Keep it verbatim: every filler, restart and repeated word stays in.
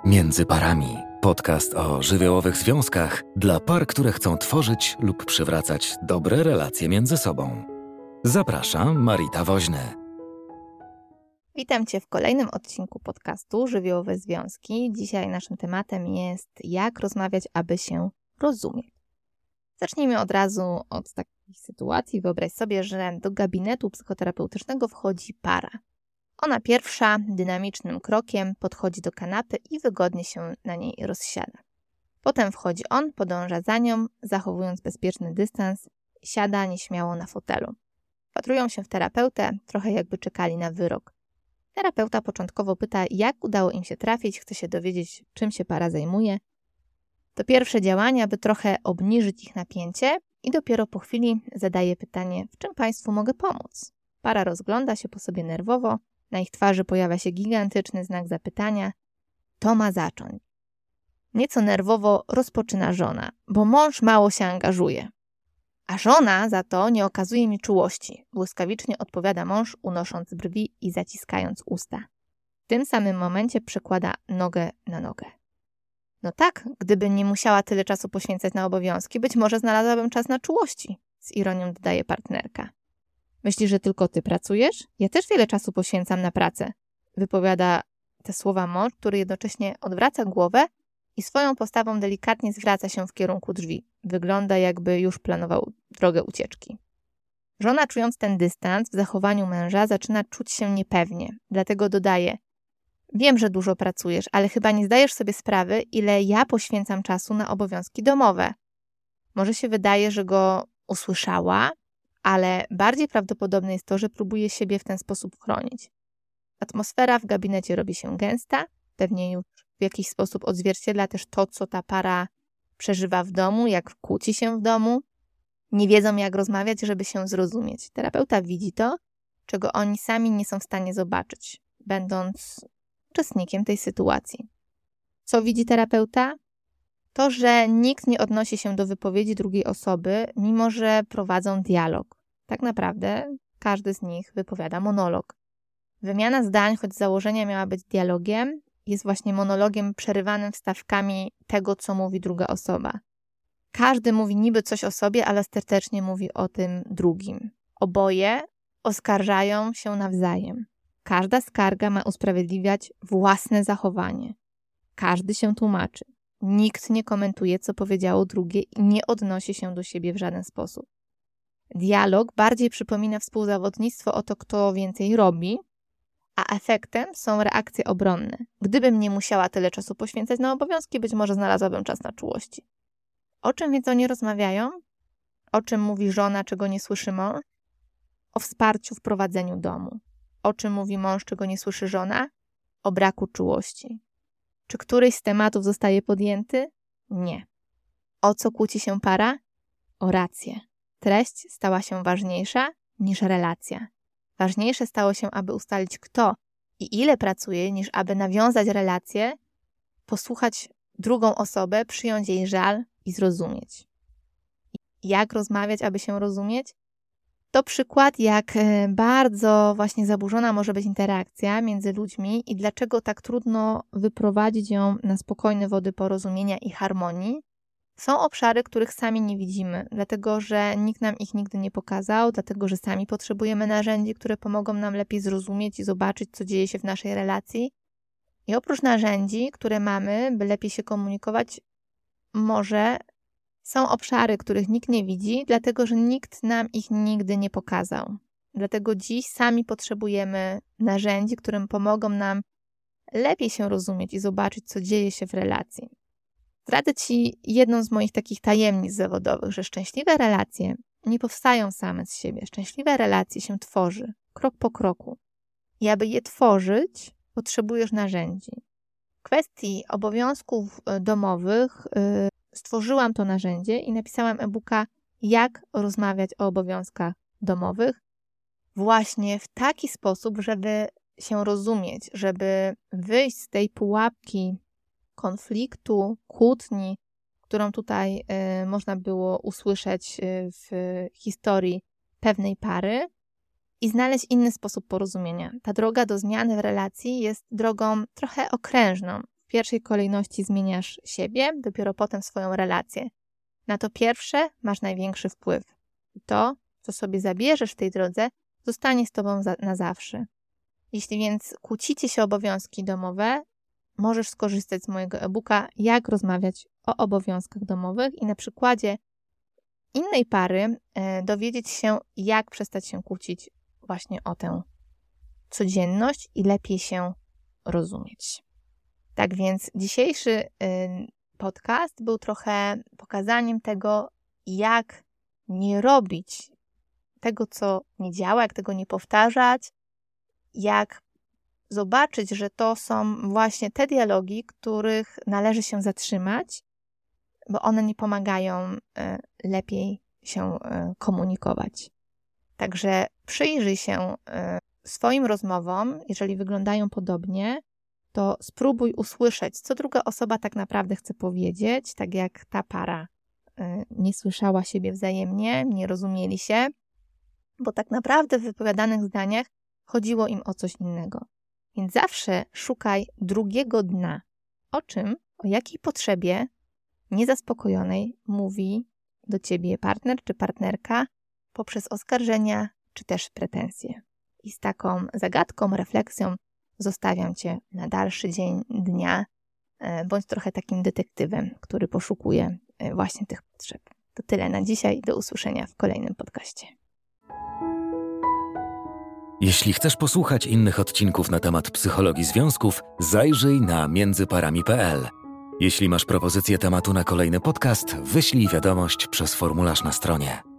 Między parami. Podcast o żywiołowych związkach dla par, które chcą tworzyć lub przywracać dobre relacje między sobą. Zapraszam, Marita Woźny. Witam Cię w kolejnym odcinku podcastu Żywiołowe Związki. Dzisiaj naszym tematem jest jak rozmawiać, aby się rozumieć. Zacznijmy od razu od takiej sytuacji. Wyobraź sobie, że do gabinetu psychoterapeutycznego wchodzi para. Ona pierwsza dynamicznym krokiem podchodzi do kanapy i wygodnie się na niej rozsiada. Potem wchodzi on, podąża za nią, zachowując bezpieczny dystans, siada nieśmiało na fotelu. Wpatrują się w terapeutę, trochę jakby czekali na wyrok. Terapeuta początkowo pyta, jak udało im się trafić, chce się dowiedzieć, czym się para zajmuje. To pierwsze działanie, aby trochę obniżyć ich napięcie i dopiero po chwili zadaje pytanie, w czym Państwu mogę pomóc? Para rozgląda się po sobie nerwowo, na ich twarzy pojawia się gigantyczny znak zapytania. To ma zacząć. Nieco nerwowo rozpoczyna żona, bo mąż mało się angażuje. A żona za to nie okazuje mi czułości, błyskawicznie odpowiada mąż, unosząc brwi i zaciskając usta. W tym samym momencie przekłada nogę na nogę. No tak, gdybym nie musiała tyle czasu poświęcać na obowiązki, być może znalazłabym czas na czułości, z ironią dodaje partnerka. Myślisz, że tylko ty pracujesz? Ja też wiele czasu poświęcam na pracę, wypowiada te słowa mąż, który jednocześnie odwraca głowę i swoją postawą delikatnie zwraca się w kierunku drzwi. Wygląda, jakby już planował drogę ucieczki. Żona, czując ten dystans w zachowaniu męża, zaczyna czuć się niepewnie, dlatego dodaje: wiem, że dużo pracujesz, ale chyba nie zdajesz sobie sprawy, ile ja poświęcam czasu na obowiązki domowe. Może się wydaje, że go usłyszała, ale bardziej prawdopodobne jest to, że próbuje siebie w ten sposób chronić. Atmosfera w gabinecie robi się gęsta, pewnie już w jakiś sposób odzwierciedla też to, co ta para przeżywa w domu, jak kłóci się w domu. Nie wiedzą, jak rozmawiać, żeby się zrozumieć. Terapeuta widzi to, czego oni sami nie są w stanie zobaczyć, będąc uczestnikiem tej sytuacji. Co widzi terapeuta? To, że nikt nie odnosi się do wypowiedzi drugiej osoby, mimo że prowadzą dialog. Tak naprawdę każdy z nich wypowiada monolog. Wymiana zdań, choć z założenia miała być dialogiem, jest właśnie monologiem przerywanym wstawkami tego, co mówi druga osoba. Każdy mówi niby coś o sobie, ale ostatecznie mówi o tym drugim. Oboje oskarżają się nawzajem. Każda skarga ma usprawiedliwiać własne zachowanie. Każdy się tłumaczy. Nikt nie komentuje, co powiedziało drugie i nie odnosi się do siebie w żaden sposób. Dialog bardziej przypomina współzawodnictwo o to, kto więcej robi, a efektem są reakcje obronne. Gdybym nie musiała tyle czasu poświęcać na obowiązki, być może znalazłabym czas na czułości. O czym więc oni rozmawiają? O czym mówi żona, czego nie słyszy mąż? O wsparciu w prowadzeniu domu. O czym mówi mąż, czego nie słyszy żona? O braku czułości. Czy któryś z tematów zostaje podjęty? Nie. O co kłóci się para? O rację. Treść stała się ważniejsza niż relacja. Ważniejsze stało się, aby ustalić kto i ile pracuje, niż aby nawiązać relację, posłuchać drugą osobę, przyjąć jej żal i zrozumieć. Jak rozmawiać, aby się rozumieć? To przykład, jak bardzo właśnie zaburzona może być interakcja między ludźmi i dlaczego tak trudno wyprowadzić ją na spokojne wody porozumienia i harmonii. Są obszary, których sami nie widzimy, dlatego że nikt nam ich nigdy nie pokazał, dlatego że sami potrzebujemy narzędzi, które pomogą nam lepiej zrozumieć i zobaczyć, co dzieje się w naszej relacji. I oprócz narzędzi, które mamy, by lepiej się komunikować, może są obszary, których nikt nie widzi, dlatego że nikt nam ich nigdy nie pokazał. Dlatego dziś sami potrzebujemy narzędzi, które pomogą nam lepiej się rozumieć i zobaczyć, co dzieje się w relacji. Zdradzę Ci jedną z moich takich tajemnic zawodowych, że szczęśliwe relacje nie powstają same z siebie. Szczęśliwe relacje się tworzy, krok po kroku. I aby je tworzyć, potrzebujesz narzędzi. W kwestii obowiązków domowych yy, stworzyłam to narzędzie i napisałam e-booka Jak rozmawiać o obowiązkach domowych właśnie w taki sposób, żeby się rozumieć, żeby wyjść z tej pułapki konfliktu, kłótni, którą tutaj y, można było usłyszeć y, w historii pewnej pary i znaleźć inny sposób porozumienia. Ta droga do zmiany w relacji jest drogą trochę okrężną. w pierwszej kolejności zmieniasz siebie, dopiero potem swoją relację. Na to pierwsze masz największy wpływ. To, co sobie zabierzesz w tej drodze, zostanie z tobą za, na zawsze. Jeśli więc kłócicie się o obowiązki domowe, możesz skorzystać z mojego e-booka Jak rozmawiać o obowiązkach domowych i na przykładzie innej pary e, dowiedzieć się, jak przestać się kłócić właśnie o tę codzienność i lepiej się rozumieć. Tak więc dzisiejszy y, podcast był trochę pokazaniem tego, jak nie robić tego, co nie działa, jak tego nie powtarzać, jak zobaczyć, że to są właśnie te dialogi, których należy się zatrzymać, bo one nie pomagają y, lepiej się y, komunikować. Także przyjrzyj się y, swoim rozmowom, jeżeli wyglądają podobnie, to spróbuj usłyszeć, co druga osoba tak naprawdę chce powiedzieć, tak jak ta para y, nie słyszała siebie wzajemnie, nie rozumieli się, bo tak naprawdę w wypowiadanych zdaniach chodziło im o coś innego. Więc zawsze szukaj drugiego dna, o czym, o jakiej potrzebie niezaspokojonej mówi do ciebie partner czy partnerka poprzez oskarżenia czy też pretensje. I z taką zagadką, refleksją zostawiam cię na dalszy dzień dnia, bądź trochę takim detektywem, który poszukuje właśnie tych potrzeb. To tyle na dzisiaj. Do usłyszenia w kolejnym podcaście. Jeśli chcesz posłuchać innych odcinków na temat psychologii związków, zajrzyj na międzyparami kropka p l. Jeśli masz propozycję tematu na kolejny podcast, wyślij wiadomość przez formularz na stronie.